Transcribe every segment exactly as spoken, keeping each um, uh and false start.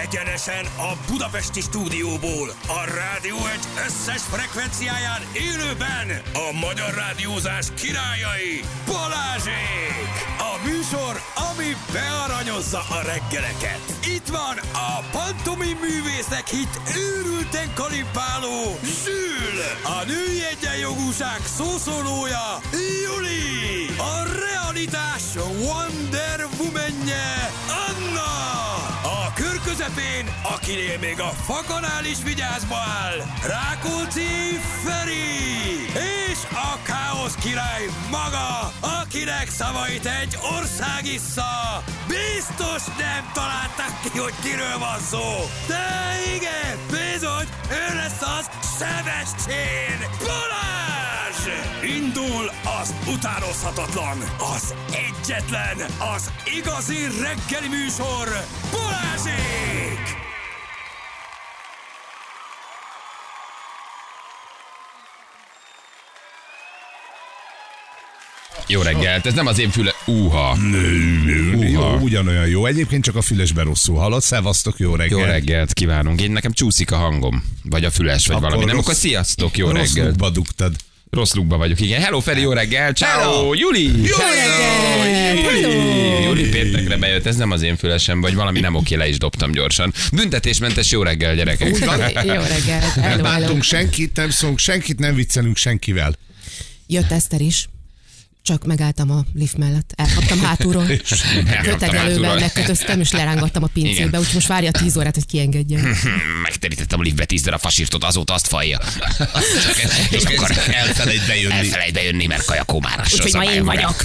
Egyenesen a budapesti stúdióból, a Rádió egy összes frekvenciáján élőben a magyar rádiózás királyai, Balázsék! A műsor, ami bearanyozza a reggeleket. Itt van a pantomim művészek hit őrülten kalimpáló Zsül, a női egyenjogúság szószólója Juli, a realitás Wonder Woman-je Anna, a kör közepén, akinél még a fakanál is vigyázba áll, Rákóczi Feri, és a káosz király maga, akinek szavait egy ország issza. Biztos nem találták ki, hogy kiről van szó. De igen, bizony, ő lesz az Sebestyén Balázs! Indul az utánozhatatlan, az egyetlen, az igazi reggeli műsor, Balázsék! Jó reggelt, ez nem az én füle... Úha. Jó, ugyanolyan jó. Egyébként csak a fülesben rosszul hallod. Szevasztok, jó reggelt. Jó reggelt kívánunk. Én nekem csúszik a hangom. Vagy a füles, vagy Akkor valami. Nem, rossz- akkor sziasztok, jó Rossz reggelt. lukba dugtad. Rossz lukba vagyok, igen. Hello, Feri, jó reggel. Ciao, Juli. Jó reggelt. Juli. Juli péntekre bejött, ez nem az én fülesem, vagy valami nem oké, le is dobtam gyorsan. Büntetésmentes jó reggel, gyerekek. Úgy van. Jó reggelt. Nem Hello, hello. bántunk senkit, nem szólunk senkit, nem viccelünk senkivel. Jött Eszter is. Csak megálltam a lift mellett. Elkaptam hátulról. Kötegelővel hátulról. megkötöztem, és lerángattam a pincébe. Úgyhogy most várja tíz órát, hogy kiengedjen. Megterítettem a liftbe tíz darab fasírtot, azóta azt falja. És akkor Elfelejt bejönni. elfelejt bejönni, mert kajakómáras. Úgyhogy ma én vagyok.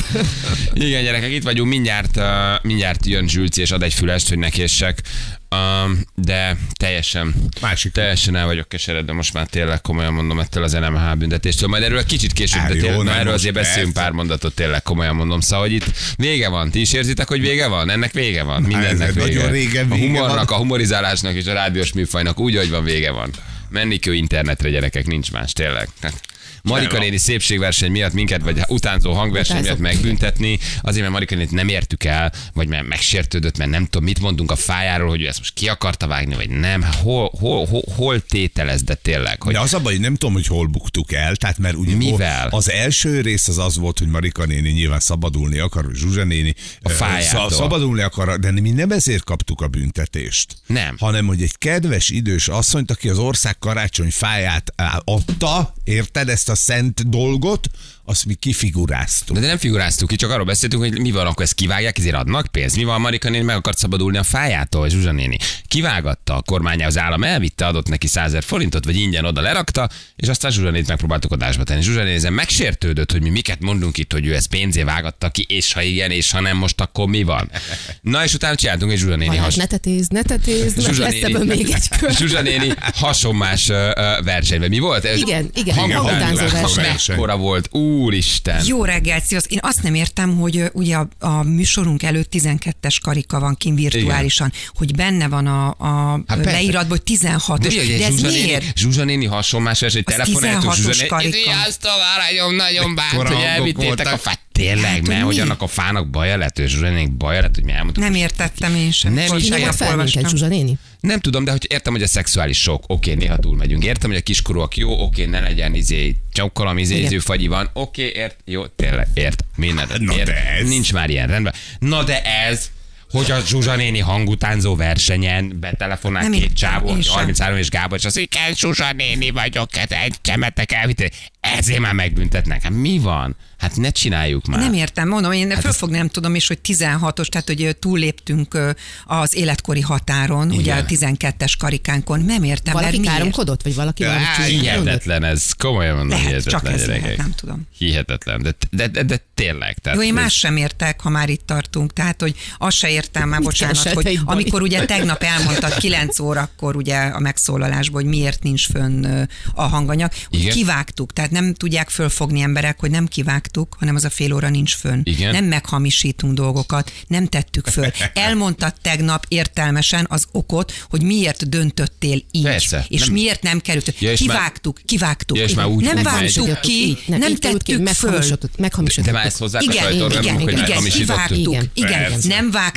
Igen, gyerekek, itt vagyunk, mindjárt, uh, mindjárt jön Zsülci, és ad egy fülest, hogy ne késsek. Um, de teljesen, Másik. teljesen el vagyok keseredve, most már tényleg komolyan mondom ettől az en em há büntetéstől. Majd erről kicsit később, Á, de jó, tényleg, na, nem erről most, azért beszéljünk persze. pár mondatot, tényleg komolyan mondom. Szóval, hogy itt vége van. Ti is érzitek, hogy vége van? Ennek vége van. Mindennek ez vége. nagyon régen A vége humornak, van. a humorizálásnak és a rádiós műfajnak úgy, hogy van, vége van. Menni kell internetre, gyerekek, nincs más, tényleg. Marika néni szépségverseny miatt minket, vagy utánzó hangverseny miatt Utánzó. megbüntetni, azért, mert Marika nénit nem értük el, vagy mert megsértődött, mert nem tudom, mit mondunk a fájáról, hogy ő ezt most ki akarta vágni, vagy nem. Hol, hol, hol, hol tételez, de tényleg, hogy De az a baj, hogy nem tudom, hogy hol buktuk el, tehát mert ugye Mivel? az első rész az az volt, hogy Marika néni nyilván szabadulni akar, vagy Zsuzsa néni A ö, fájától. szabadulni akar, de mi nem ezért kaptuk a büntetést. Nem. Hanem, hogy egy kedves idős asszonyt, aki az ország karácsony fáját á, adta, érted ezt a szent dolgot, azt mi kifiguráztuk. De, de nem figuráztuk ki, csak arról beszéltünk, hogy mi van, akkor ezt kivágják, ezért adnak pénzt. Mi van, Marika néni meg akart szabadulni a fájától, Zsuzsa néni kivágatta a kormányához, állam elvitte, adott neki százezer forintot, vagy ingyen oda lerakta, és aztán Zsuzsa nénit megpróbáltuk adásba tenni. Zsuzsa néni ezen megsértődött, hogy mi miket mondunk itt, hogy ő ezt pénzé vágatta ki, és ha igen, és ha nem, most akkor mi van. Na és utána csináltunk egy Zsuzsa néni Balázs, has... ne tetézd, ne tetézd, mert Zsuzsa lesz néni, ebből még egy kör. Zsuzsa néni hasonmás uh, versenyben. Mi volt? Ez Igen, igen, hangutánzó hangutánzó verseny. verseny. Mekkora volt, úristen. Jó reggelt, szívsz. Én azt nem értem, hogy ö, ugye a, a műsorunk előtt tizenkettes karika van kint virtuálisan, igen. Hogy benne van a, a Hát persze. leíratban, hogy tizenhatos. De, De, de ez Zsuzsa néni, miért? Zsuzsa néni hasonlás verseny, Az telefonáltuk Zsuzsa tizenhatos néni. karika. Sziasztok, Várányom, nagyon bánt, Mekkora hogy hangok elvittétek a voltak. fát. Tényleg, Hát, mert hogy hogy mi? annak a fának baja lett, és Zsuzsa néninek baja lett, hogy mi elmondtuk. Nem értettem én sem. Nem Most is Ki tegnap fel minket, olvastam. Zsuzsa néni? Nem tudom, de hogy értem, hogy a szexuális sok, oké, néha túlmegyünk. Értem, hogy a kiskorúak jó, oké, ne legyen izé, csaukalom, izé, Igen. izé, fagyi van, oké, ért, jó, tényleg, ért, minden, Na ért, de ez. nincs már ilyen, rendben. Na de ez, hogy a Zsuzsa néni hangutánzó versenyen betelefonál Nem két értem, csávó, én sem. harminchárom és Gábor, és azt mondja, igen, Zsuzsa néni vagyok, egy csemetek elvitték, ezért már megbüntetnek. Hát mi van? Hát ne csináljuk már. Nem értem, mondom, én hát ez- fölfogni nem tudom is, hogy tizenhatos, tehát hogy ö, túlléptünk ö, az életkori határon, ugye Igen. a tizenkettes karikánkon. Nem értem, Valaki mert miért? káromkodott, vagy valaki valami Á, csúnyát mondott? Hihetetlen ez, komolyan mondom, Lehet, hihetetlen, csak ez gyerekek. lehet, nem tudom. Hihetetlen, de, de, de, de tényleg. Tehát Jó, én ez- más sem értek, ha már itt tartunk. Tehát, hogy azt se értem már, Mit bocsánat, keresel hogy te itt, Bali? amikor ugye tegnap elmondtad kilenc órakor ugye a megszólalásból, hogy miért nincs fönn ö, a hanganyag, hogy Igen. kivágtuk. Tehát nem tudják fölfogni emberek, hogy nem kivágtuk, hanem az a fél óra nincs fönn. Igen. Nem meghamisítunk dolgokat, nem tettük föl. Elmondtad tegnap értelmesen az okot, hogy miért döntöttél így. Persze, és nem- miért nem került. Ja, és már- kivágtuk, kivágtuk. Ja, és már úgy- nem úgy vágtuk megy. ki, Így, nem így került ki, tettük föl. meghamisítottuk, De meghamisítottuk. már ezt hozzák a Igen, sajtóorgánumok, igen, hogy igen, meghamisítottuk. kivágtuk. Igen, Igen, persze. nem vágtuk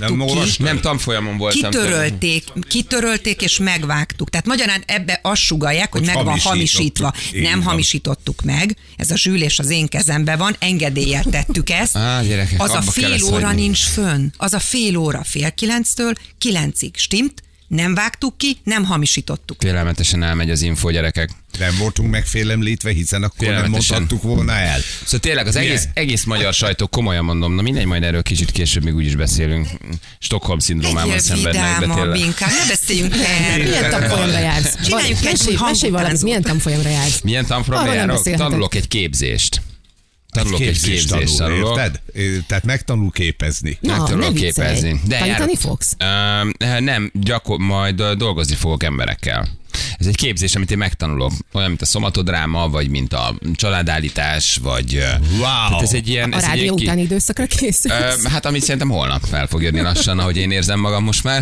vágtuk ki. Nem tanfolyamon voltam. Kitörölték, kitörölték és megvágtuk. Tehát magyarán ebbe azt sugallják, hogy, hogy meg van hamisítva. Nem hamisítottuk meg. Ez a zsűlés az én kezemben van, engedéllyel tettük ezt. Á, gyerekek, az a fél óra hagyni. nincs fönn. Az a fél óra fél kilenctől kilencig. Stimmt? Nem vágtuk ki, nem hamisítottuk. Félelmetesen elmegy az info, gyerekek. Nem voltunk megfélemlítve, hiszen akkor nem mondhattuk volna el. Szóval tényleg az egész, egész magyar sajtó, komolyan mondom, na mindegy, majd erről kicsit később még úgyis beszélünk. Stockholm-szindrómával szenvednek, de tényleg. Inkább, ne beszéljünk el. Milyen tanfolyamra jársz? Csináljuk egy Mesélj, mesélj valamit, milyen tanfolyamra jársz? Milyen tanfolyamra járok? Tanulok egy képzést. Tanulok egy képzést, tanul, tanulok. Érted? Tehát megtanul képezni. Na, Megtanulok ne viccelj. képezni. De Tanítani járok, fogsz? Uh, nem, gyakor, majd uh, dolgozni fogok emberekkel. Ez egy képzés, amit én megtanulok. Olyan, mint a szomatodráma, vagy mint a családállítás, vagy... Wow. Tehát ez egy ilyen, A ez egy rádió ilyen ki... utáni időszakra készülsz? Uh, hát amit szerintem holnap fel fog jönni lassan, ahogy én érzem magam most már.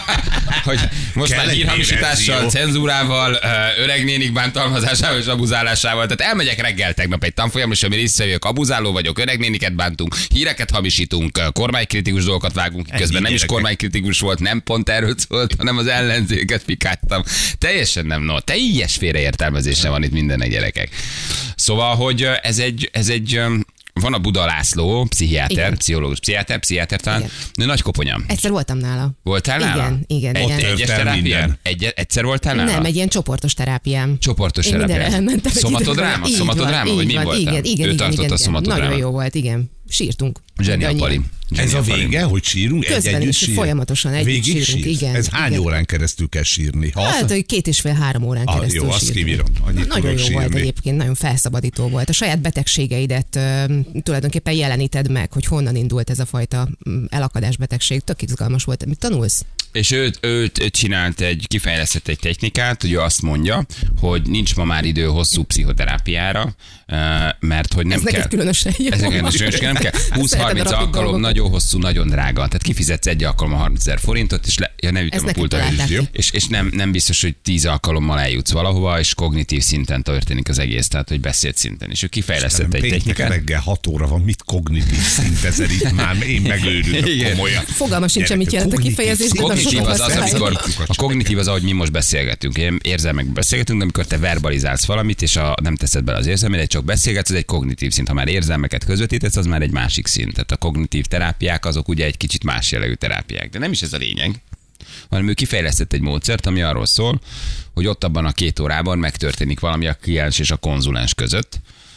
Hogy most Kell már egy hírhamisítással, verzió. cenzúrával, uh, öregnénik bántalmazásával és abuzálásával. Tehát elmegyek reggel tegnap egy tanfolyamra, és amire visszajövök, abuzáló vagyok, öregnéniket bántunk, híreket hamisítunk, uh, kormánykritikus dolgokat vágunk, közben nem is gyerekek. kormánykritikus volt, nem pont erről szólt, hanem az ellenzéket pikáztam. Teljesen nem, no, teljes félreértelmezése van itt mindennek, gyerekek. Szóval, hogy uh, ez egy, ez egy um, van a Buda László, pszichiáter, Igen. pszichológus, pszichiáter, pszichiáter talán, Igen. de nagy koponyam. Egyszer voltam nála. Voltál nála? Igen, igen, Egy, igen. egyes Törtem terápián? minden. Egy, egyszer voltál nála? Nem, egy ilyen csoportos terápiám. Csoportos Én mindenre terápián. elmentem. egy Szomatodráma? időben. Így Szomatodráma? van, Vagy így mi van, voltál? Igen, igen, Ő igen, tartotta igen, a igen. szomatodrámát. Nagyon jó volt, igen. Sírtunk. Zseni a Mindannyian. Pali. Zseni Ez a Pali. vége, hogy sírunk? Egy Közben együtt is, sír? folyamatosan együtt Végig sírunk, sírsz? igen, Ez hány igen. órán keresztül kell sírni? Ha Hát, hogy két és fél, három órán Ah, keresztül jó, azt sírtunk. kibírom. Annyit Nagyon tudok jó volt sírni. egyébként, nagyon felszabadító volt. A saját betegségeidet ö, tulajdonképpen jeleníted meg, hogy honnan indult ez a fajta mm, elakadásbetegség. Tök izgalmas volt. Mit tanulsz? És őt, őt, őt csinált egy, kifejlesztett egy technikát, hogy ő azt mondja, hogy nincs ma már idő hosszú pszichoterápiára, eh, mert hogy nem Ez kell. neked különösen jó. Ez neked különösen nem kell. húsz-harminc Szereted a rapid alkalom, dolgokat. nagyon hosszú, nagyon drága. Tehát kifizetsz egy alkalommal harmincezer forintot, és le, ja, ne ütöm Ezt a neked pultra. találták És, ki. és, és nem, nem biztos, hogy tíz alkalommal eljutsz valahova, és kognitív szinten történik az egész, tehát hogy beszéd szinten. És ő kifejlesztett egy Péntek technikát. reggel hat óra van, mit kognitív szintezel itt már, én megőrülök Igen. komolyan. Fogalma sincs, mit jelent a Kognitív kifejezés, de Kognitív sokat az az, használják. amikor, a kognitív az, ahogy mi most beszélgetünk. Én érzelmekben beszélgetünk, de amikor te verbalizálsz valamit, és a, nem teszed bele az érzelmére, csak beszélgetsz, az egy kognitív szint. Ha már érzelmeket közvetítesz, az már egy másik szint. Tehát a kognitív terápiák azok ugye egy kicsit más jellegű terápiák. De nem is ez a lényeg, hanem ő kifejlesztett egy módszert, ami arról szól, hogy ott abban a két órában megtörténik valami a kliens és a konzulens között,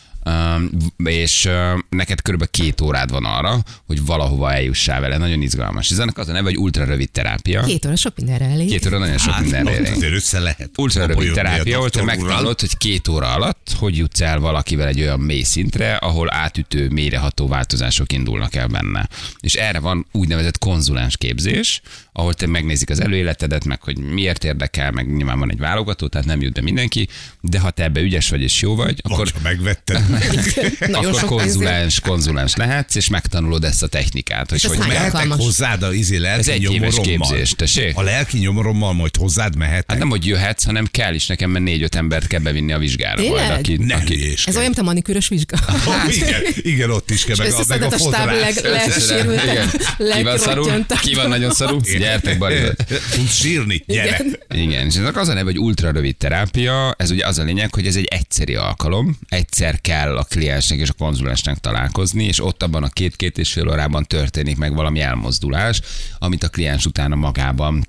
Um, és uh, neked körülbelül két órád van arra, hogy valahova eljussál vele. Nagyon izgalmas. Ez ennek az a neve, hogy ultra rövid terápia. Két óra sok mindenre elég. Két óra nagyon sok Hát, mindenre ott elég. azért össze lehet. Ultra rövid Bolyogni a terápia volt, te doktor úrral. megtanulod, hogy két óra alatt hogy jutsz el valakivel egy olyan mély szintre, ahol átütő, mélyreható változások indulnak el benne. És erre van úgynevezett konzulens képzés, ahol te megnézik az előéletedet, meg hogy miért érdekel, meg nyilván van egy válogató, tehát nem jut be mindenki, de ha te ebbe ügyes vagy és jó vagy, akkor Vagy, ha megvetted. Nagyon akkor sok konzulens, konzulens lehetsz, és megtanulod ezt a technikát, hogy És ez hogy hány mehet. Mehetek alkalmas? hozzád a izi lelki Ez egy éves nyomorommal? képzés, tessék? A lelki nyomorommal majd hozzád mehetek? Hát nem, hogy jöhetsz, hanem kell is nekem, mert négy-öt embert kell bevinni a vizsgára. Tényleg? Majd, aki, Ne aki, hülyéskedj. Ez olyan, mint a manikűrös vizsga. Oh, igen, igen, ott is kell, meg a, meg a Összeszedett a stáb fodrás. leg- legsérültek, Igen. Ki van szarul? legrottyantottak. Ki van nagyon szarul? Gyertek, Bariba. Tudsz sírni? Gyere. Igen. Igen, és ennek az a neve, hogy ultra rövid terápia, ez ugye az a lényeg, hogy ez egy egyszeri alkalom, egyszer kell a kliensnek és a konzulensnek találkozni, és ott abban a két-két és fél órában történik meg valami elmozdulás, amit a kliens utána magában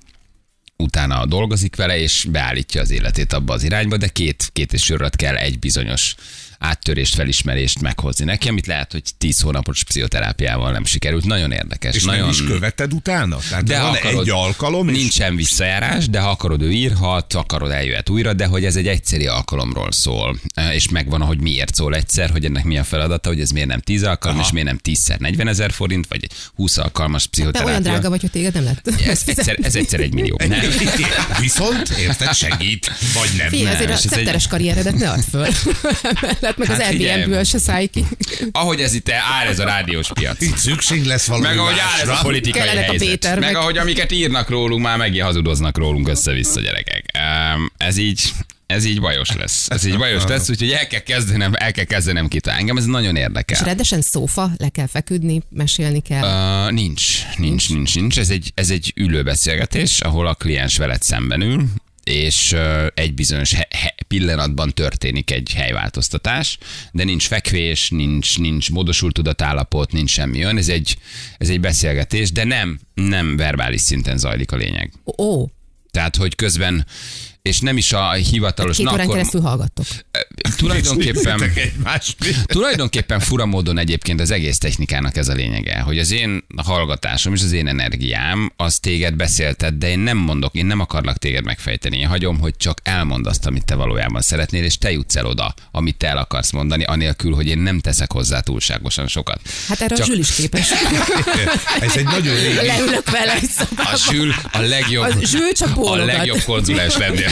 utána dolgozik vele, és beállítja az életét abba az irányba, de két, két és fél órát kell egy bizonyos áttörést, felismerést meghozni neki, amit lehet, hogy tíz hónapos pszichoterápiával nem sikerült. Nagyon érdekes. És nagyon... nem is követed utána? Tehát De van ha akarod, egy alkalom, és nincsen visszajárás, de ha akarod, ő írhat, akarod, eljöhet újra, de hogy ez egy egyszeri alkalomról szól. És megvan, hogy miért szól egyszer, hogy ennek mi a feladata, hogy ez miért nem tíz alkalom, Aha. és miért nem tízszer negyvenezer forint, vagy egy húsz alkalmas Te pszichoterápia. olyan drága vagy, hogy téged nem lett. Ez egyszer, ez egyszer egy millió. Nem. viszont érted, segít, vagy nem. Figyelj, azért a és ez egy- szetteres karrieredet ne add föl. Mellett meg az Hát figyelj. Airbnb-ből se szállj ki. Ahogy ez itt áll ez a rádiós piac. Itt szükség lesz valami Meg ahogy áll ez a másra. politikai Kellenek a helyzet. Péter, meg meg- ahogy amiket írnak rólunk, már megint hazudoznak rólunk össze-vissza, gyerekek. Um, ez így, Ez így bajos lesz. Ez így bajos lesz, úgyhogy el kell kezdenem, el kell kezdenem kitálni. Engem ez nagyon érdekel. És rendesen szófa, le kell feküdni, mesélni kell? Uh, nincs, nincs, nincs, nincs. Ez egy, ez egy ülőbeszélgetés, ahol a kliens veled szemben ül, és uh, egy bizonyos he- he- pillanatban történik egy helyváltoztatás, de nincs fekvés, nincs, nincs módosult tudatállapot, nincs semmi olyan. Ez egy, ez egy beszélgetés, de nem, nem verbális szinten zajlik a lényeg. Ó. Oh. Tehát, hogy közben, és nem is a hivatalos... Két órán akkor, keresztül hallgattok. Tulajdonképpen, tulajdonképpen fura módon egyébként az egész technikának ez a lényege, hogy az én hallgatásom és az én energiám, az téged beszélted, de én nem mondok, én nem akarlak téged megfejteni. Én hagyom, hogy csak elmondd azt, amit te valójában szeretnél, és te jutsz el oda, amit te el akarsz mondani, anélkül, hogy én nem teszek hozzá túlságosan sokat. Hát erre csak... a Zsül is képes. Ez egy nagyon régi... Leülök vele egy szobába. A Zsül a legjobb, a Zsül csak a legjobb konzulens lennél.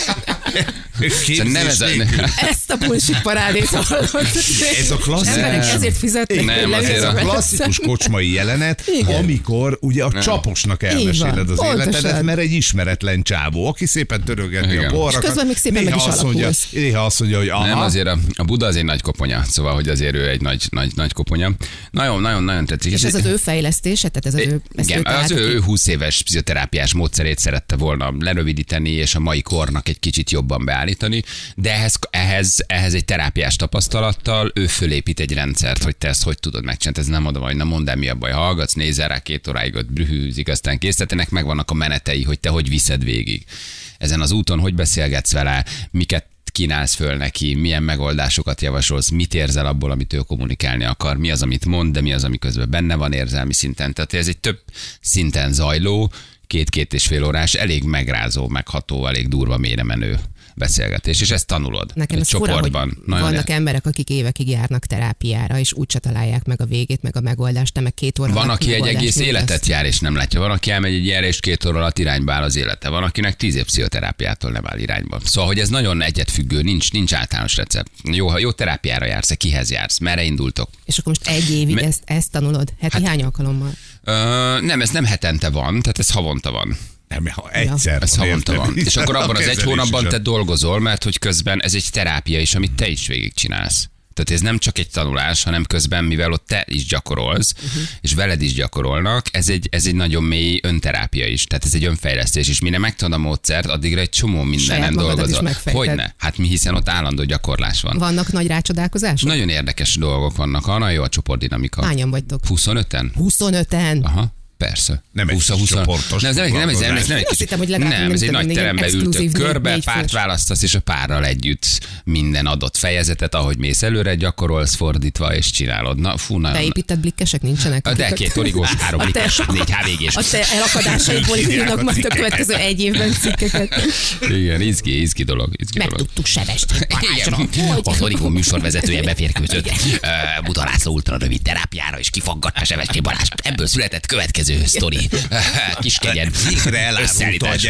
Nem ez a... Ezt a bullshit parádét hallott. Ez a klasszikus... Emberek ezért fizetnek. Nem, azért a klasszikus kocsmai jelenet, igen. amikor ugye a nem. csaposnak elmeséled az pontosan. életedet, mert egy ismeretlen csávó, aki szépen törögeti a porrakat. És közben még szépen meg is alakulsz. Néha azt mondja, hogy aha. Nem, azért a, a Buda azért nagy koponya, szóval, hogy azért ő egy nagy, nagy, nagy koponya. Nagyon, nagyon, nagyon tetszik. És ez az ő fejlesztése? Tehát ez az ő, igen, az ő, ő húsz éves pszichoterápiás módszerét szerette volna lerövidíteni, és a mai kornak egy kicsit jobban beállítani, de ehhez, ehhez, ehhez egy terápiás tapasztalattal ő fölépít egy rendszert, hogy te ezt hogy tudod megcsinálni. Ez nem mondom, hogy na mondd el, mi a baj, hallgatsz, nézel rá két óráig, ott brühűzik, aztán készítenek, megvannak a menetei, hogy te hogy viszed végig. Ezen az úton hogy beszélgetsz vele, miket kínálsz föl neki, milyen megoldásokat javasolsz, mit érzel abból, amit ő kommunikálni akar, mi az, amit mond, de mi az, ami közben benne van érzelmi szinten. Tehát ez egy több szinten zajló, két-két és fél órás, elég megrázó, megható, elég durva, mélyre menő beszélgetés, és ezt tanulod. Nekem ez csoportban. Fura, hogy vannak el... emberek, akik évekig járnak terápiára, és úgy se találják meg a végét, meg a megoldást, te meg két óra Van, alatt aki egy egész életet ezt. jár, és nem látja. Van, aki elmegy egy ilyenre, és két óra alatt irányba áll az élete. Van, akinek tíz év pszichoterápiától nem áll irányba. Szóval, hogy ez nagyon egyetfüggő, nincs, nincs általános recept. Jó, ha jó terápiára jársz, kihez jársz, merre indultok? És akkor most egy évig Me... ezt, ezt tanulod? Heti hát, hány alkalommal? Ö, nem, ez nem hetente van, tehát ez havonta van. Nem, ha egyszer ez van, havonta van. És akkor abban az egy hónapban te is dolgozol, mert hogy közben ez egy terápia is, amit te is végigcsinálsz. Tehát ez nem csak egy tanulás, hanem közben, mivel ott te is gyakorolsz, uh-huh. és veled is gyakorolnak, ez egy, ez egy nagyon mély önterápia is. Tehát ez egy önfejlesztés, és mire megtudod a módszert, addigra egy csomó mindenen dolgozol. Hogyne? Hát mi, hiszen ott állandó gyakorlás van. Vannak nagy rácsodálkozások? Nagyon érdekes dolgok vannak. Anna, jó a csoportdinamika. Hányan vagytok? huszonöten? huszonöten? Aha. Persze. Nem egy húsz, csoportos. Nem, nem, nem, nem, nem, egy kicsit. Nem, ez egy nagy terembe ültök körbe, párt választasz, és a párral együtt minden adott fejezetet, ahogy mész előre, gyakorolsz fordítva, és csinálod. Na, fú, nagyon... Beépített blikkesek nincsenek? De két origós, három blikkes, négy há vé gés. A te elakadásaidból írnak majd a következő egy évben cikkeket. Igen, izgi, izgi dolog. Izgi Megtudtuk Sebestyén Balázsra. Az Origó műsorvezetője beférkőzött Buda László ultra rövid terápiára, és kifaggatta Sebestyén Balázs. Ebből született következő sztori. Kiskegyen. Végre elárulta a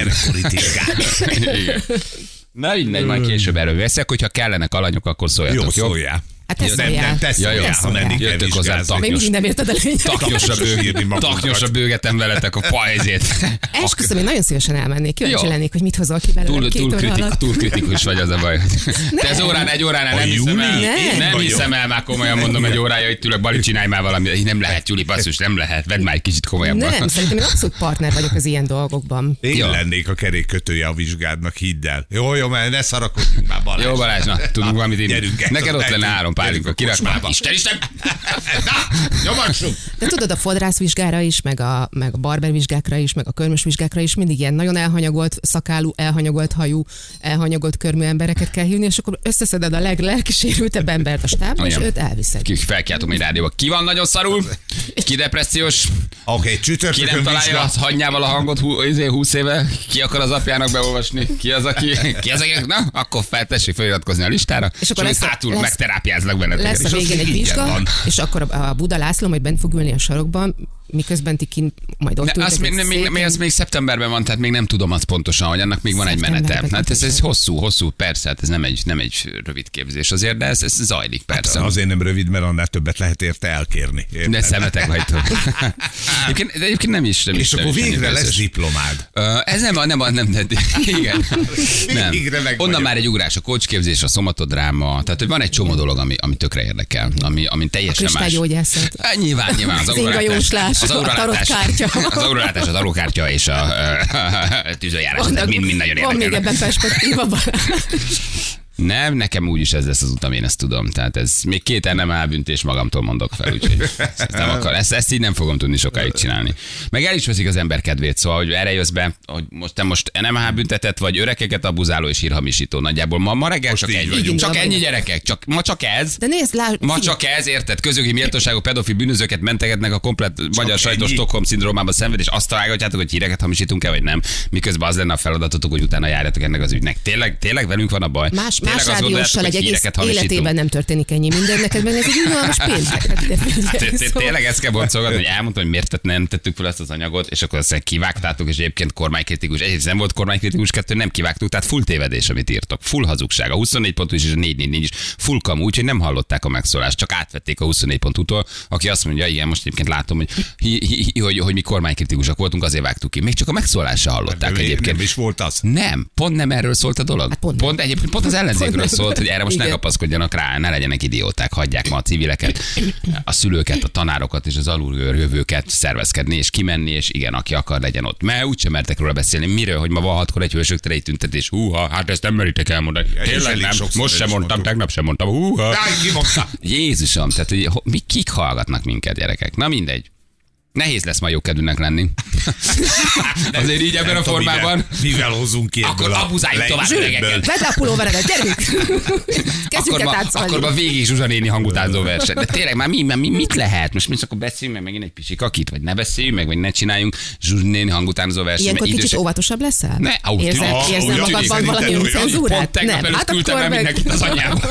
gyerekpolitikát. Na mindegy, majd később erről veszek, hogyha kellenek alanyok, akkor szóljatok. Jó, szóljál. Hát te nem, nem, te szóljál, ha menni kell jöttök hozzám taknyos, nem érted a lényeg. taknyosra bőgetem veletek a poéziét. Esküszöm, én nagyon szívesen elmennék. Kíváncsi lennék, hogy mit hozol ki belőle túl, két túl, óra kritik, alatt. túl kritikus vagy, az a baj. Te az órán, egy óránál nem hiszem el. Nem, nem hiszem el, már komolyan mondom, egy órája itt ülök, Bali, csinálj már valamit. Nem lehet, Juli, basszus, nem lehet. Vedd már egy kicsit komolyabban. Nem, szerintem én abszolút partner vagyok az ilyen dolgokban. Én lennék a kerékkötője a vizsgádnak, hidd el. Jó, jó, mert ne szarakodjunk már, Balázs. Jó, Balázs, na, tudunk valamit inni. Neked ott lenne három pálinka, kiraknál. Isten, Isten! Na, nyomassuk! De tudod, a fodrászvizsgára is, meg a, meg a barbervizsgákra is, meg a körmösvizsgákra is mindig ilyen nagyon elhanyagolt szakálú, elhanyagolt hajú, elhanyagolt körmű embereket kell hívni, és akkor összeszeded a leglelkisérültebb embert a stábban, és őt elviszed. Ki felkiáltom egy rádióba. Ki van nagyon szarul? Ki depressziós? Oké, okay, csütörtökön Ki nem találja az hagynyával a hangot húsz éve? Ki akar az apjának beolvasni? Ki az, aki... Ki az, aki... Na, akkor fel, tessék feliratkozni a listára, és, és akkor lesz, hátul lesz, megterápiázlak benneteket. Lesz a végén egy vizsga, és akkor a Buda László majd bent fog ülni a sarokban, miközben ti kint majd ott De azt még, még, még, még, az még szeptemberben van, tehát még nem tudom azt pontosan, hogy annak még van egy menete. Hát ez, ez hosszú, hosszú, persze, hát ez nem egy, nem egy rövid képzés azért, de ez, ez zajlik persze. Hát azért nem rövid, mert annál többet lehet érte elkérni. Érted? De szemetek vagytok. egyébként, de egyébként nem is. Nem És is akkor nem végre is lesz diplomád. Uh, ez nem, nem, nem, nem, nem igen. Nem. Onnan vagyok. már egy ugrás, a coachképzés, a szomatodráma, tehát hogy van egy csomó dolog, ami, ami tökre érdekel, ami, ami teljesen más. Kristálygyógyászat. Hát, nyilván, nyilván. Az Zingajóslás, az a auralátás, tarotkártya. az auralátás, az aurokártya és a, a tűzőjárás, tehát mind, mind nagyon Van még érdekel. ebben perspektíva. Nem, nekem úgyis ez lesz az utam, én ezt tudom. Tehát ez még két en em há büntés magamtól mondok fel, úgyhogy ezt, nem akar, ezt, ezt így nem fogom tudni sokáig csinálni. Meg el is veszik az ember kedvét, szóval, hogy erre jössz be, hogy most te most en em há büntetett vagy, öregeket abuzáló és hírhamisító. Nagyjából ma, ma reggel Most csak egy így vagyunk. Csak vagyunk. ennyi gyerekek, csak, ma csak ez. De nézd, lá... Ma csak ez, érted? Közögi méltóságú pedofil bűnözőket mentegetnek a komplet magyar sajtó ennyi. Stockholm szindrómában szenved, és azt találgatjátok, hogy híreket hamisítunk-e, vagy nem. Miközben az lenne a feladatotok, hogy utána járjatok ennek az ügynek. Tényleg, tényleg velünk van a baj. Más, Tényleg más azt gondoljátok, rádióssal hogy egy egész híreket hamisítunk? életében nem történik ennyi minden, neked meg ez egy unalmas péntek. Hát ide figyelj, Hát, té- szóval- Tényleg ezt kell boncolgatni, hogy elmondtam, hogy miért tett- nem tettük fel ezt az anyagot, és akkor azt kivágtátok, és egyébként kormánykritikus, egyrészt nem volt kormánykritikus, kettő nem kivágtuk, tehát full tévedés, amit írtok. Full hazugság. A huszonnégy pont is és a négy négy négy is full kamu, úgyhogy nem hallották a megszólást, csak átvették a huszonnégy pont-tól, aki azt mondja, igen, most egyébként látom, hogy, hi, hi, hi, hogy, hogy mi kormánykritikusak voltunk, azért vágtuk ki. Még csak a megszólást se hallották De egyébként. nem is volt az. Nem, pont nem erről szólt a dolog. Hát pont pont, nem. egyébként pont az ellenzékről Pont nem. szólt, hogy erre most ne Igen. kapaszkodjanak rá, ne legyenek idióták, hagyják ma a civileket, a szülőket, a tanárokat és az aluljövőket szervezkedni és kimenni, és igen, aki akar, legyen ott. Mert úgysem mertek róla beszélni. Miről, hogy ma van hatkor egy hősök terei tüntetés. Húha, hát ezt nem meritek elmondani. és Tényleg elég nem, sokszor most el sem is mondtam, mondtuk. tegnap sem mondtam. Húha. Jaj, ki mondta? Jézusom, tehát hogy ho- mi kik hallgatnak minket, gyerekek? Na mindegy. Nehéz lesz ma jókedvűnek lenni. Azért így ebben Nem a tudom, formában. Mivel, mivel hozunk ki Akkor ebből a abuzáljuk tovább lehetőségből. öregeket. Vedd le a pulóveredet, gyerünk! Kezdjük Akkor el ma, táncolni. akkor ma végig Zsuzsa néni hangutánzó verseny. De tényleg már mi, már mi, mit lehet? Most mi csak akkor beszéljünk meg megint egy pisikakit, vagy ne beszéljünk meg, vagy ne csináljunk Zsuzsa néni hangutánzó versenyt. Ilyenkor mert kicsit idősek- óvatosabb leszel? Ne, ó, Érzed, tűnik. érzed Ó, magadban tűnik, valami szerintem olyan. öncenzúrát? Pont tegnap Nem, előtt hát küldtem el akkor meg... mindenkit az anyába.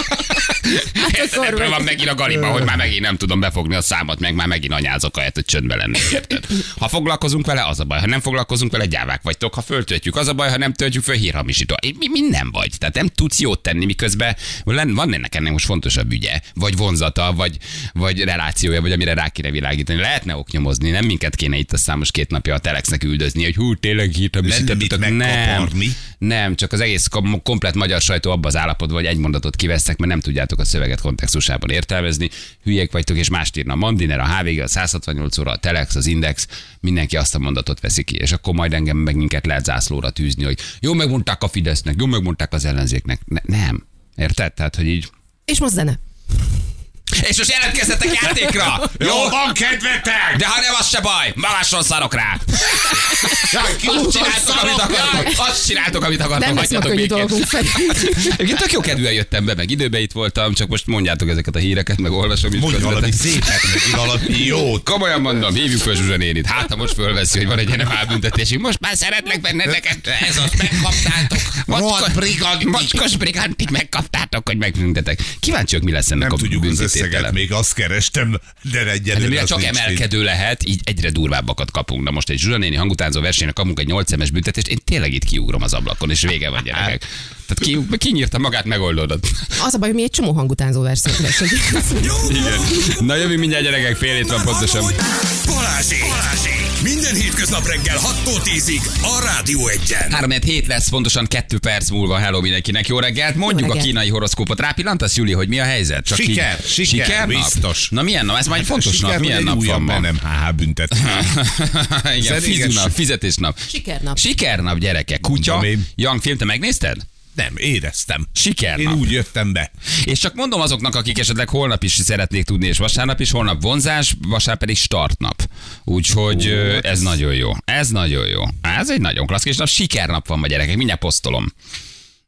Hát akkor Ebből meg... van megint a galiba, hogy már megint nem tudom befogni a számot, meg már megint anyázok, ahelyett, hogy csöndbe lennék. Érted? Ha foglalkozunk vele, az a baj. Ha nem foglalkozunk vele, gyávák vagytok. Ha föltöltjük, az a baj. Ha nem töltjük föl, hírhamisító. Mi, mi nem vagy. Tehát nem tudsz jót tenni, miközben len- van ennek ennek most fontosabb ügye, vagy vonzata, vagy, vagy relációja, vagy amire rá kéne világítani. Lehetne oknyomozni, nem minket kéne itt a számos két napja a Telexnek üldözni, hogy hú, tényleg hírhamisítottak. Lenne mit Nem, megkaparni. nem, csak az egész kom- komplet magyar sajtó abba az állapotban, hogy egy mondatot kivesztek, mert nem tudjátok a szöveget kontextusában értelmezni. Hülyék vagytok, és mást írna a Mandiner, a há vé gé, a száz hatvannyolc óra, a Telex, az Index, mindenki azt a mondatot veszi ki, és akkor majd engem meg minket lehet zászlóra tűzni, hogy jó megmondták a Fidesznek, jó megmondták az ellenzéknek. Ne, nem. Érted? Tehát, hogy így. És most zene. És most jelentkezzetek játékra! Jó, van kedvetek! De ha nem, az se baj, másról szarok rá! Jaj, ki Azt csináltok, amit akartok! Azt csináltok, amit akartok, Nem lesz ma hagyjatok könnyű békén. dolgunk felé. Egyébként tök jó kedvűen jöttem be, meg időben itt voltam, csak most mondjátok ezeket a híreket, meg olvasom is Mondj közben. valami szépet neki, valami jót. Komolyan mondom, hívjuk föl Zsuzsa nénit. Hát, ha most fölveszi, hogy van egy ilyen elbüntetésünk. Most már szeretlek benneteket. Ez az, megkaptátok. Rohadt brigantik. Mocskos brigantik, megkaptátok, hogy megbüntetek. Kíváncsiak, mi lesz ennek Nem a tudjuk az összeget, büntetétele. még azt kerestem, de Hát, de egyelőre mivel az csak nincs. emelkedő lehet, így egyre durvábbakat kapunk. Na most egy Zsuzsa néni hangutánzó versenynek kapunk egy nyolc emes büntetést, én tényleg itt kiugrom az ablakon, és vége van, gyerekek. Tehát ki, kinyírta magát, megoldódott. Az a baj, hogy mi egy csomó hangutánzó versenyt Igen. Na jövünk mindjárt, gyerekek, fél hét van pontosan. Balázsék! Balázsék! Minden hétköznap reggel hattól tízig a Rádió Egyen. három hét lesz, pontosan kettő perc múlva. Hello mindenkinek, jó reggelt. Mondjuk Jó a reggelt. kínai horoszkópot. Rápillantasz, Júli, hogy mi a helyzet? Csak Siker, így, siker, sikernap? biztos. Na milyen nap? Ez majd egy fontos Siker, nap. hogy Milyen egy nap van újabb ma? nem há há büntet. Igen, Szeriges- fizunap, fizetésnap. Sikernap. Sikernap, gyerekek. Kutya. Mondom én. Young film, te megnézted? Nem, éreztem. Sikernap. Én úgy jöttem be. És csak mondom azoknak, akik esetleg holnap is szeretnék tudni, és vasárnap is, holnap vonzás, vasárnap pedig startnap. Úgyhogy ö, ez nagyon jó. Ez nagyon jó. Ez egy nagyon klasszikus nap. Sikernap van ma, gyerekek. Mindjárt posztolom.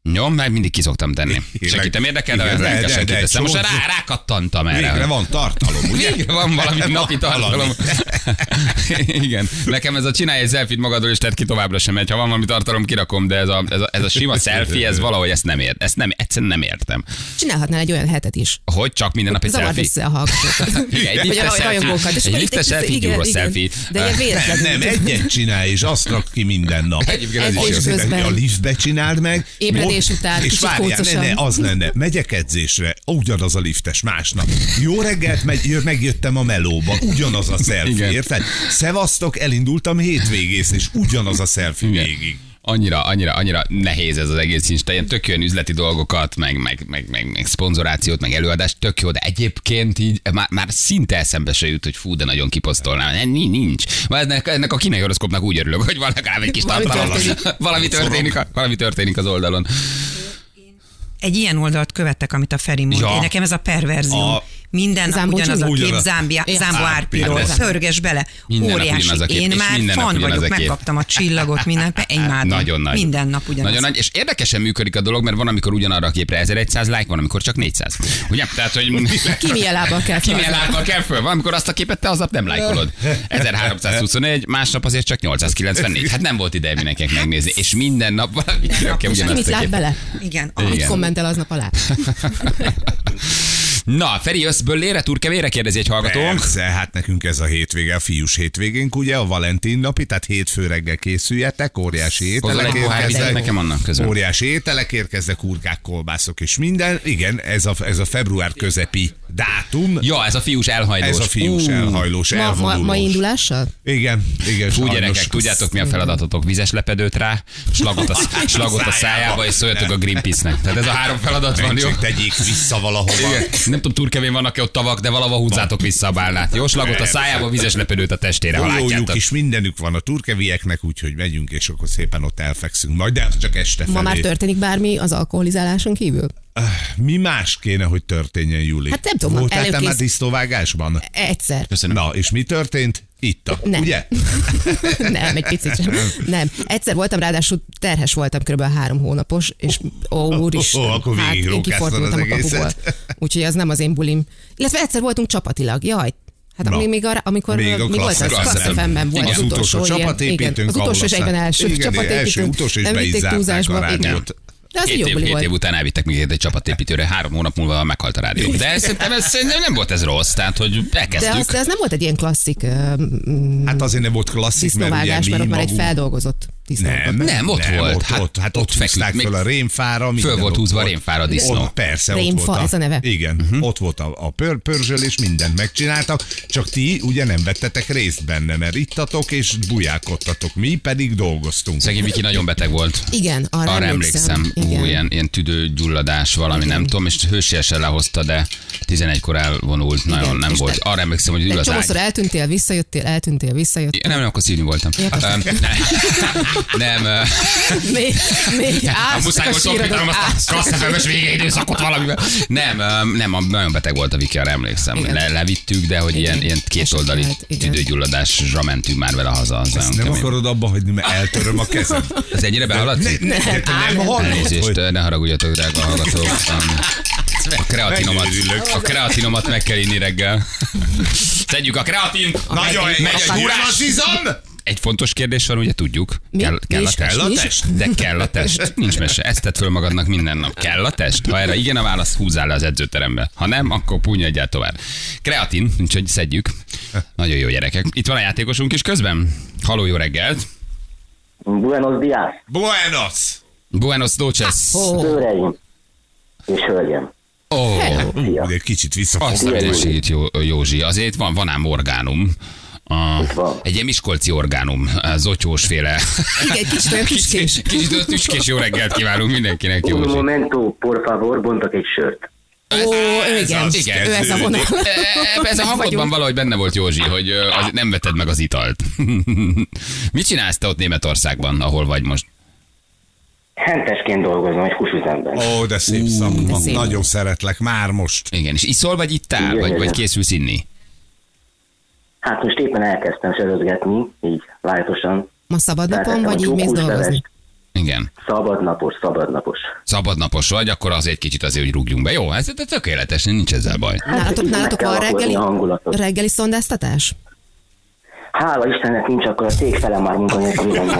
Jó, mert mindig ki szoktam tenni. Segítem érdekel, de ez nem kell senkit teszem. Most rá, rákattantam erre. Végre van tartalom, ugye? Végre van valami napi tartalom. Igen. Nekem ez a csinálj egy selfie-t magadról, és tedd ki továbbra sem megy. Ha van valami tartalom, kirakom, de ez a, ez a, ez a sima selfie, ez valahogy ezt nem ért. Ezt nem, egyszerűen nem értem. Csinálhatnál egy olyan hetet is. Hogy csak minden nap egy Zavard selfie? össze a hallgatókat. Igen, egy liftes selfie. Egy liftes selfie, egy gyúros selfie. De ilyen véletlenül. Nem, nem, egyet csinálj, és azt rak ki minden nap. Edzés közben. A liftbe csináld meg. Ébredés után, és kicsit várjál, ne, kócosan. ne, az lenne, megyek edzésre, ugyanaz a liftes másnap. Jó reggelt, megy, megjöttem a melóba, ugyanaz a selfie, Igen. érted? Szevasztok, elindultam hétvégész, és ugyanaz a selfie Igen. végig. Annyira, annyira, annyira nehéz ez az egész Insta, ilyen tök olyan üzleti dolgokat, meg, meg, meg, meg, meg szponzorációt, meg előadást, tök jó, de egyébként így már, már szinte eszembe se jut, hogy fú, de nagyon kiposztolnám. Nincs, nincs. Ennek, ennek a kínai horoszkópnak úgy örülök, hogy van legalább egy kis Valami tartalom. történik. Valami történik, a- valami történik az oldalon. Egy ilyen oldalt követtek, amit a Feri mondta. Ja. Én Nekem ez a perverzió. A- Minden nap Zámbó ugyanaz a Csumi? kép Ugyanaz. Zámbia, Ja. Zámbó Árpiról. Hát ez- Pörges bele. Minden nap Óriási. ugyanaz a kép, Én és már minden nap fan ugyanaz vagyok, a kép. megkaptam a csillagot, minden, imádom. Nagyon nagy. Minden nap ugyanaz. Nagyon nagy, és érdekesen működik a dolog, mert van, amikor ugyanarra a képre ezerszáz like, van, amikor csak négyszáz. Ugye? Tehát, hogy Ki milyen lábbal kell ki fel? milyen lábbal kell föl? Van, amikor azt a képet te aznap nem lájkolod. ezerháromszázhuszonegy, másnap azért csak nyolcszázkilencvennégy. Hát nem volt ideje mindenkinek megnézni. És minden nap valaki kirakja És ki ugyanazt mit a lát képet. bele? Igen. Igen. Mit kommentel aznap alá? Na, Feri, jössz Böllére, Turkevére, kérdezi egy hallgatónk. Persze, hát nekünk ez a hétvége, a fiús hétvégénk, ugye, a Valentin napi, tehát hétfő reggel készüljetek, óriási Hozol ételek egy pohár vizet érkeznek. nekem annak közben. Óriási ételek érkeznek, kurkák, kolbászok és minden. Igen, ez a, ez a február közepi dátum. Ja, ez a fiús elhajlós. Ez a fiús Ú, elhajlós, Ma, ma, elvonulós. ma indulással? Igen, igen. Fú, sajnos. gyerekek, tudjátok mi a feladatotok? Vizes lepedőt rá, slagot a, slagot a szájába, és szóljatok a Greenpeace-nek. Tehát ez a három feladat van, jó? Mentség, tegyék vissza valahova. Igen. Nem tudom, Turkevén vannak-e ott tavak, de valahol húzzátok vissza a bálnát. Jó, slagot a szájába, vizes lepedőt a testére, ha Olyójuk látjátok. is mindenük van a turkevieknek, úgyhogy megyünk, és akkor szépen ott elfekszünk. Majd, de az csak este felé. Ma már történik bármi az alkoholizáláson kívül? Mi más kéne, hogy történjen, Juli? Hát nem tudom, Voltál te előkész- már disznóvágásban? Egyszer. Köszönöm. Na, és mi történt? Itt, Nem. ugye? Nem, egy picit sem. Nem. Egyszer voltam, ráadásul terhes voltam, kb. három hónapos, és ó, úristen, Ó, akkor hát én végigrókáztad kifordultam az a kapuból. egészet. Úgyhogy az nem az én bulim. Illetve egyszer voltunk csapatilag, jaj. Hát Na. ami még arra, amikor Még még a mi volt, az Klassz Klassz ef em-ben volt Igen, az utolsó, utolsó ilyen, csapatépítőnk, igen, az ahol utolsó és aztán- egyben első igen, csapatépítőnk. első, utolsó, és Nem be is vitték zárták a túlzásba, igen. rádiót. De az egy Hét jó év, buli hét év volt. után elvittek minket egy csapatépítőre, három hónap múlva meghalt a rádió. De szerintem, ez, szerintem nem volt ez rossz, tehát hogy De elkezdtük. az, de az nem volt egy ilyen klasszik uh, Hát azért nem volt klasszik, mert ugye disznóvágás, mi mert ott már egy magunk- feldolgozott disznó. Nem, Nem, ott volt. Ott, Hát ott, hát ott, ott húzták feküdt, föl még a rémfára. minden föl volt ott húzva a rémfára a disznó. Ott, persze, ott Rémfa, volt a, ez a neve. Igen, uh-huh. ott volt a, a pör, pörzsölés, mindent megcsináltak, csak ti ugye nem vettetek részt benne, mert ittatok és bujálkodtatok, mi pedig dolgoztunk. Szegény Viki nagyon beteg volt. Igen, arra, Arra emlékszem. emlékszem, Igen. Ú, ilyen, ilyen tüdőgyulladás, valami, nem tudom, és hősiesen lehozta, de tizenegykor elvonult, nagyon nem és volt. te- Arra emlékszem, hogy ül Egy az ágy. csomószor eltűntél, visszajöttél, eltűntél, visszajöttél. Nem, nem, akkor szívni voltam. Ja, Öm, nem, nem, Még, még a ás, muszáj volt tompítanom azt a klasszefemes végeidőszakot valamivel. Nem, öm, nem, a- nagyon beteg volt a Viki, arra emlékszem. Igen. Le, levittük, de hogy ilyen, ilyen kétoldali Eset lehet, igen. tüdőgyulladásra mentünk már vele haza. Az nagyon Nem kemény. akarod abba hagyni, mert eltöröm a kezem. Ez ennyire behallatszik? Ne, de te Á, nem nem. hallod, Elnézést, hogy... ne haragudjatok, drága hallgatók. A kreatinomat, Megőrülök. a kreatinomat meg kell inni reggel. Szedjük a kreatint! Nagyon megy, megy megy a a gyúrás izom! Egy fontos kérdés van, ugye tudjuk. Mi? Kell, kell Mi a is? test. Kell a Mi is? test? De kell a test. Nincs mese. Ezt tedd föl magadnak minden nap. Kell a test? Ha erre igen a válasz, húzzál le az edzőterembe. Ha nem, akkor punyadjál tovább. Kreatin, úgyhogy szedjük. Nagyon jó gyerekek. Itt van a játékosunk is közben. Halló, jó reggelt. Buenos días, Buenos! Buenos noches. Ó, hölgyeim és hölgyem. Ó, Ú, de egy kicsit visszafogom. azt a mindenségét, jó, Józsi. Azért van, van ám orgánum. A, van. egy ilyen miskolci orgánum, zotyós féle. igen, kicsit olyan tüskés. Kicsit, kicsit olyan tüskés jó reggelt kívánunk mindenkinek, Un Józsi. momento, por favor, bontok egy sört. Ó, ő igen, az igen. ő ez a vonal. E- Ez a hangodban Vagyunk. valahogy benne volt, Józsi, hogy ö, az, nem vetted meg az italt. Mit csinálsz te ott Németországban, ahol vagy most? Hentesként dolgozom egy húsüzemben. Ó, de szép szakma. szép. Nagyon szeretlek, már most. Igen, és iszol vagy ittál, Igen, vagy, vagy igen. készülsz inni? Hát most éppen elkezdtem sörözgetni, így lájtosan. Ma szabad napon, Feltettem vagy a így mész csókhúslevest. dolgozni? Igen. Szabadnapos, szabadnapos. Szabadnapos vagy, akkor azért kicsit azért, hogy rúgjunk be. Jó, ez tökéletes, nincs ezzel baj. Nálatok, nálatok kell van alakulni reggeli, a hangulatot. reggeli szondáztatás? Hála Istennek nincs, akkor a cég fele már munkanélkül lenne.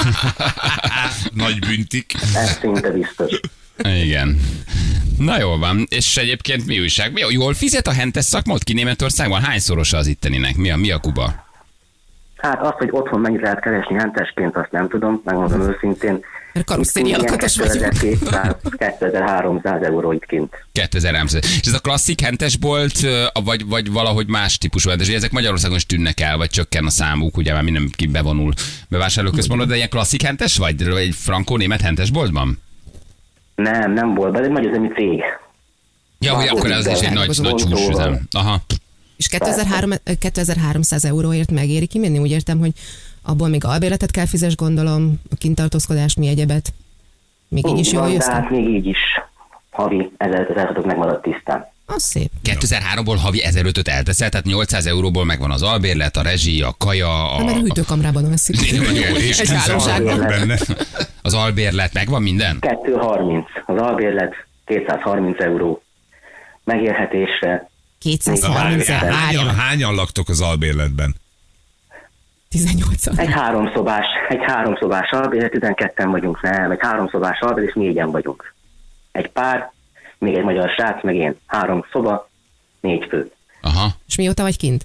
Nagy büntik. Ez szinte biztos. Igen. Na jól van. És egyébként mi újság? Mi, jól fizet a hentes szakma ott ki Németországban? Hányszorosa az itteninek? Mi a, mi a kuba? Hát azt, hogy otthon mennyit lehet keresni hentesként, azt nem tudom, megmondom őszintén. Mert karusszéri alakatos vagyok. kétezer-háromszáz euró itt kint. kétezer-háromszáz. És ez a klasszik hentesbolt, vagy, vagy valahogy más típusú hentes? Ezek Magyarországon is tűnnek el, vagy csökken a számuk, ugye már mindenki bevonul bevásárlóközpontba, de ilyen klasszik hentes vagy? Vagy egy frankó-német hentesboltban? Nem, nem volt, de ez egy nagy üzemi cég. Ja, hogy akkor ez is egy nagy, nagy csúcsüzem. Aha. És kétezer-háromszáz euróért megéri kimenni? Úgy értem, hogy abból még albérletet kell fizes, gondolom, a kintartózkodás, mi egyebet. Még így is jól van, jössz? de hát még így is havi ezeröt megmaradt tisztán. Az szép. kétezer-háromból havi ezerötöt elteszel, tehát nyolcszáz euróból megvan az albérlet, a rezsi, a kaja, a... Nem, mert a hűtőkamrában veszik. És Egy tíz hálóságban. van benne. Az albérlet, megvan minden? kétszázharminc. Az albérlet kétszázharminc euró. Megélhetésre. kétszázharminc Hányan, várjanak. hányan laktok az albérletben? tizennyolcan. Egy háromszobás, egy háromszobás albérlet, tizenketten vagyunk, nem, egy háromszobás albérlet, és négyen vagyunk. Egy pár, még egy magyar srác, meg én. Három szoba, négy fő. Aha. És mióta vagy kint?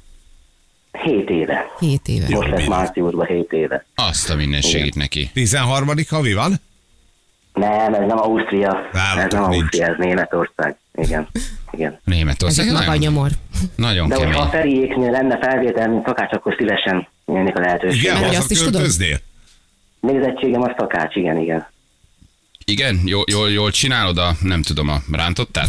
Hét éve. Hét éve. Most lesz bírom. márciusban hét éve. Azt a minden segít neki. tizenharmadik havi van? Nem, ez nem Ausztria. Nálatok ez nem nincs. Ausztria, ez Németország. Igen. Igen. Ez Németország egy nagyon, maganyomor. nagyon De hogyha a kemény. Feriéknél lenne felvétel, mint szakács, akkor szívesen nyernék a lehetőséget. Igen, Mert haza azt is tudod? költöznél? Végzettségem a szakács, igen, igen. Igen, jól, jól, jól csinálod a, nem tudom, a rántottát?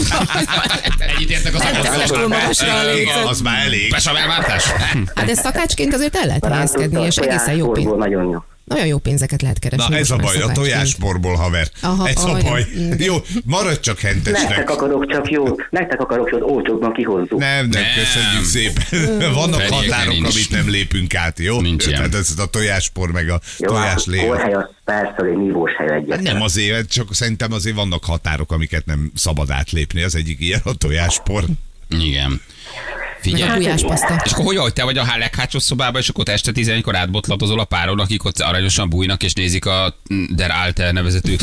Ennyit értek az Elteszed túl magasra a lécet. Az már elég. Besamárváltás? Hát de szakácsként azért el lehet helyezkedni, és egészen jó, pénz, tojásborból nagyon jó. nagyon jó pénzeket lehet keresni. Na ez a most már baj, a szakácsként. tojásborból, haver. Aha, ez a olyan. baj. Jó, maradj csak hentesnek. Nektek akarok csak jót, nektek akarok jót, olcsóbban kihozzuk. Nem, nem, Nem. köszönjük szépen. Vannak Feriéken határok, nincs. amit nem lépünk át, jó? Nincs ilyen. Tehát ez a tojáspor, meg a Jó, hát tojáslé. korhely az persze, hogy egy nívós hely egyet. Nem azért, csak szerintem azért vannak határok, amiket nem szabad átlépni. Az egyik ilyen a tojáspor. Igen. Meg a Figyelj. gulyáspaszta. És akkor hogy, hogy te vagy a leghátsó szobában, és akkor te este tizenegykor átbotlatozol a páron, akik ott aranyosan bújnak, és nézik a Der Alte nevezetű...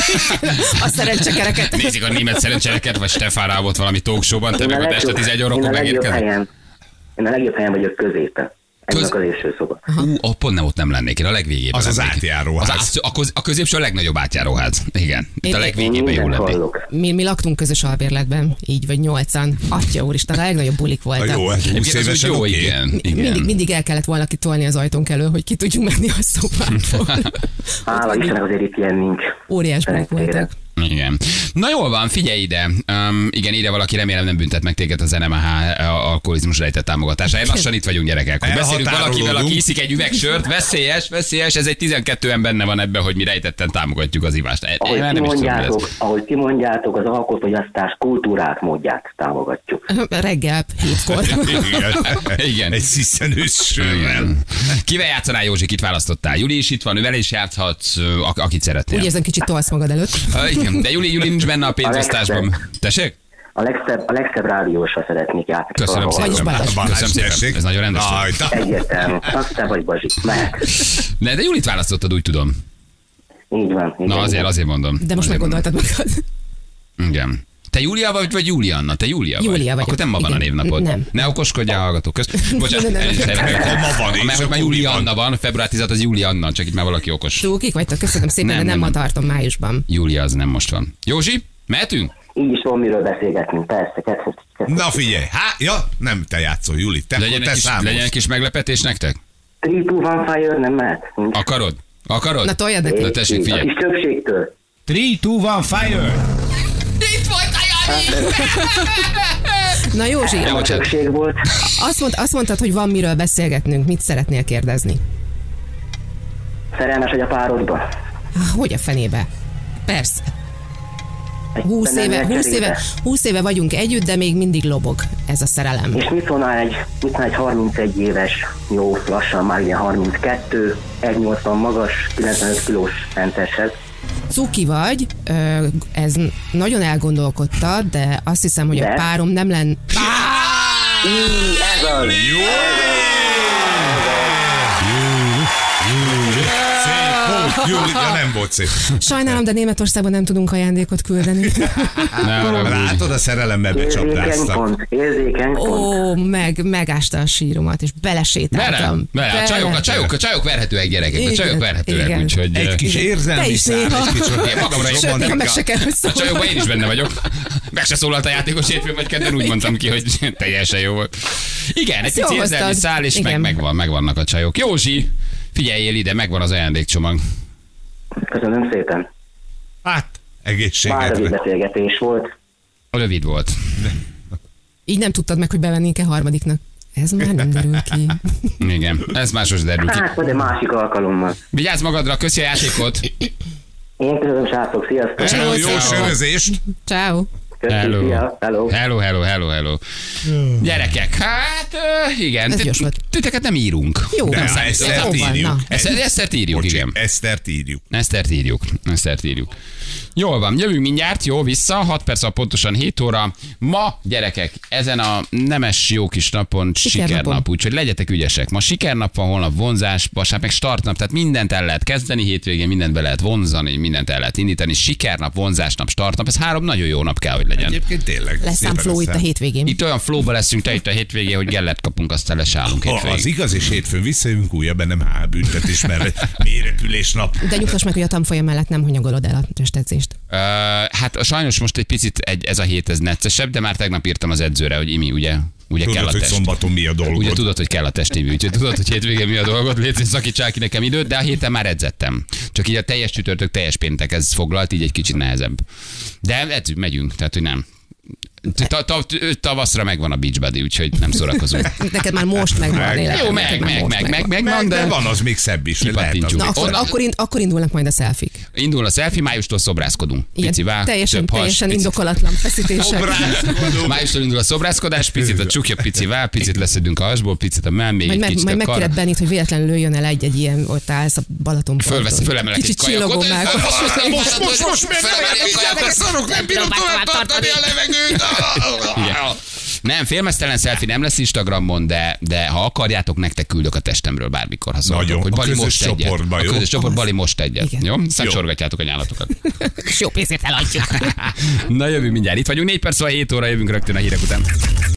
A szerencsekereket. nézik a német szerencsereket, vagy Stefan Raabot valami talkshowban, te Én meg a ott este legjobb- tizenegy én a órakor legjobb megérkezel. helyen, én a legjobb helyen vagyok középen. Ez Köz- a középső szoba. Ú, oh, pont nem ott nem lennék, én a legvégében Az az lennék. átjáróház. Az át, a, köz, a középső a legnagyobb átjáróház. Igen. Itt Én- a Én legvégében jó mindent lennék. hallok. Mi, mi laktunk közös albérletben, így vagy nyolcan. Atya úristen, a legnagyobb bulik Na voltak. jó, hát húsz Egyébként az úgy évesen jó, oké. igen. igen. Mindig, mindig el kellett volna kitolni az ajtónk elől, hogy ki tudjunk menni a szobából. Hála Istennek azért itt ilyen nincs. Óriás bulik Szerencsére. voltak. Igen. Na jól van, figyelj ide. Um, igen, ide valaki, remélem nem büntet meg téged az en em há alkoholizmus rejtett támogatásáért. Lassan itt vagyunk, gyerekek. Hogy beszélünk valakivel, aki Elhatárolódunk. iszik egy üveg sört, veszélyes, veszélyes, ez egy tizenkettően benne van ebben, hogy mi rejtetten támogatjuk az ivást. Én Ahogy már nem is tudom, mi kimondjátok, lesz. ahogy kimondjátok, az alkoholfogyasztás kultúrát, módját támogatjuk. Reggel, hétkor. Igen. Igen. Egy sziszenős sörrel. Igen. Kivel játszanál, Józsi, kit választottál? Juli is itt van, ővel is játszhatsz, ak- akit szeretnél. Úgy érzem, kicsit tolsz magad előtt. Uh, igen, de Juli, Juli nincs benne a pénzosztásban. legszebb. Tessék? A legszebb, a legszebb rádiósra szeretnék játszani. Köszönöm Valahol. Vagyis szépen. Balázs. Köszönöm szépen. tessék. Ez nagyon rendes. volt. Ajta. Egyértelmű. Azt te vagy, Bazsi. Mehet. Ne, de Julit választottad, úgy tudom. Így van. Igen, Na azért, igen. azért mondom. De most azért meggondoltad magad. mondom. Igen. Te Júlia vagy, vagy Júlianna? Te Júlia vagy? Júlia vagyok. Akkor nem ma van a Igen. névnapod. Nem. Ne okoskodjál, hallgatók. Kösz. Bocsánat. Nem, nem, nem. elnézést, elnézést. Ha ma van is, Mert hogy már akkor mi Júlianna van, február tizedike az Júlianna, csak itt már valaki okos. Túlkik vagytok, köszönöm szépen, Nem, de nem, nem, ma nem. tartom májusban. Júlia az nem most van. Józsi, mehetünk? Így is van miről beszélgetni. Persze, kedves. kedves. Na figyelj, há, ja, nem te játszol, Juli, te, Legyen akkor egy, te kis, számolsz. legyen egy kis meglepetés nektek? Three, two, one, fire, nem mehet. Nincs. Akarod? Akarod? Na toljad neki. Na tessék, A figyelj. kis többségtől. Three, two, one, fire! Itt volt a Jani! Na Józsi, Ja, A bocsánat. többség volt. azt, mond, azt mondtad, hogy van miről beszélgetnünk. Mit szeretnél kérdezni? Szerelmes vagy a párodba? Há, hogy a fenébe? Persze. húsz éve, húsz éve, húsz éve vagyunk együtt, de még mindig lobog ez a szerelem. És mit szólna egy, mit szólna egy harmincegy éves, jó, lassan már ilyen harminckettő, egy nyolcvan magas, kilencvenöt kilós fenteshez? Cuki vagy, ö, ez nagyon elgondolkodtad, de azt hiszem, hogy De? a párom nem lenne... Így, ez az! Jó! Szép, jó, ja, nem volt szép. Sajnálom, de Németországban nem tudunk ajándékot küldeni. Látod, a szerelembe Érzékeny becsapdáztak. pont, érzékeny pont. Ó, meg, megásta a síromat, és belesétáltam. Verem, verem. A csajok, a csajok, a csajok verhetőek gyerekek, a Igen, csajok verhetőek, igen. úgyhogy... Egy kis Te érzelmi is szám, néha. egy kis Én magamra is Sőt, néha meg se kell, hogy A szólj. csajokban én is benne vagyok. Meg se szólalt a játékos hétfőn vagy kedden, úgy mondtam ki, hogy teljesen jó volt. Igen, egy Ezt pici jól érzelmi hoztad. szál, és meg, Igen. megvan, megvannak a csajok. Józsi, figyeljél ide, megvan az ajándékcsomag. Köszönöm szépen. Hát, Már rövid egészségedre. beszélgetés volt. Rövid volt. Így nem tudtad meg, hogy bevennénk-e harmadiknak. Ez már nem derül ki. Igen, ez másos derül ki. Hát, majd egy másik alkalommal. Vigyázz magadra, köszi a játékot. Én köszönöm, srácok, sziasztok! Hello, jó Ciao. sörözést. Ciao. Köszi, Hello. szia, hello! Hello, hello, hello, hello. Gyerekek, hát ö, igen, Ez t- gyors volt. titeket nem írunk. Jó, De nem ha számít. Esztert Jó van, írjuk. na. Ezt, Esztert írjuk, Bocsi, igen. Esztert írjuk. Esztert írjuk. Esztert írjuk. Jól van, jövünk mindjárt, jó, vissza, hat perc, pontosan hét óra. Ma, gyerekek, ezen a nemes jó kis napon Sikernapon. sikernap, úgyhogy legyetek ügyesek. Ma sikernap van, holnap vonzás, vasárnap meg startnap, tehát mindent el lehet kezdeni, hétvégén mindent be lehet vonzani, mindent el lehet indítani. Sikernap, vonzásnap, startnap, ez három nagyon jó nap kell, hogy legyen. Egyébként tényleg. Lesz szépen szám flow itt a össze- hétvégén. Itt olyan flowba leszünk, te itt a hétvégén, hogy Gellert kapunk, aztán lesállunk Ha hétvégén. az igaz, és hétfőn visszajövünk újabb, nem hálbüntetés, mert mérepülés nap. De nyugtass meg, hogy a tanfolyam mellett nem hanyagolod el a testedzést. Ö, hát sajnos most egy picit egy, ez a hét ez neccesebb, de már tegnap írtam az edzőre, hogy Imi, ugye, ugye kell Tudod, a hogy test. szombaton mi a dolgod. Ugye tudod, hogy kell a testi úgyhogy tudod, hogy hétvégén mi a dolgot, légy szíves, szakítsál ki nekem időt, de a héten már edzettem. Csak így a teljes csütörtök, teljes péntek, ez foglalt, így egy kicsit nehezebb. De edzünk, megyünk, tehát hogy nem. Ta- ta- Tavaszra megvan a Beachbody, úgyhogy nem szórakozunk. Neked már most megvan. életem, Jó, neked meg, már meg, most meg, meg, megvan. meg, Meg, van, de de van az még szebb is, hogy lehet az. Kipattintsuk. Na, akkor, Onnan- akkor, ind, akkor indulnak majd a szelfik. Indul a selfie, májustól szobrászkodunk. Pici vá, teljesen, több has, teljesen picit- indokolatlan feszítések. Szobrászkodó. Májustól indul a szobrászkodás, picit a csukja, pici vál, picit leszedünk a hasból, picit a mell, még Majd, egy meg, kicsit majd a kar. megkéred Bennit, hogy véletlenül lőjön el egy-egy ilyen, ott állsz a Balatonparton. Fölvesz, fölemelek egy Kicsit kajakot. csillogó már. Most, most, most, miért nem Fölemeli a elég kajakot. szarok, nem bírom tovább tartani a levegőt. Igen. Nem, félmeztelen selfie nem lesz Instagramon, de, de ha akarjátok, nektek küldök a testemről bármikor, ha szóltok, Nagyon. hogy A Bali közös most egyet. csoportba, A jó? közös csoport Bali most egyet. Igen. Jó? Aztán Jó. csorgatjátok a nyálatokat. És jó pénzért eladjuk. Na jövünk mindjárt. Itt vagyunk, négy perc, szóval hét óra jövünk rögtön a hírek után.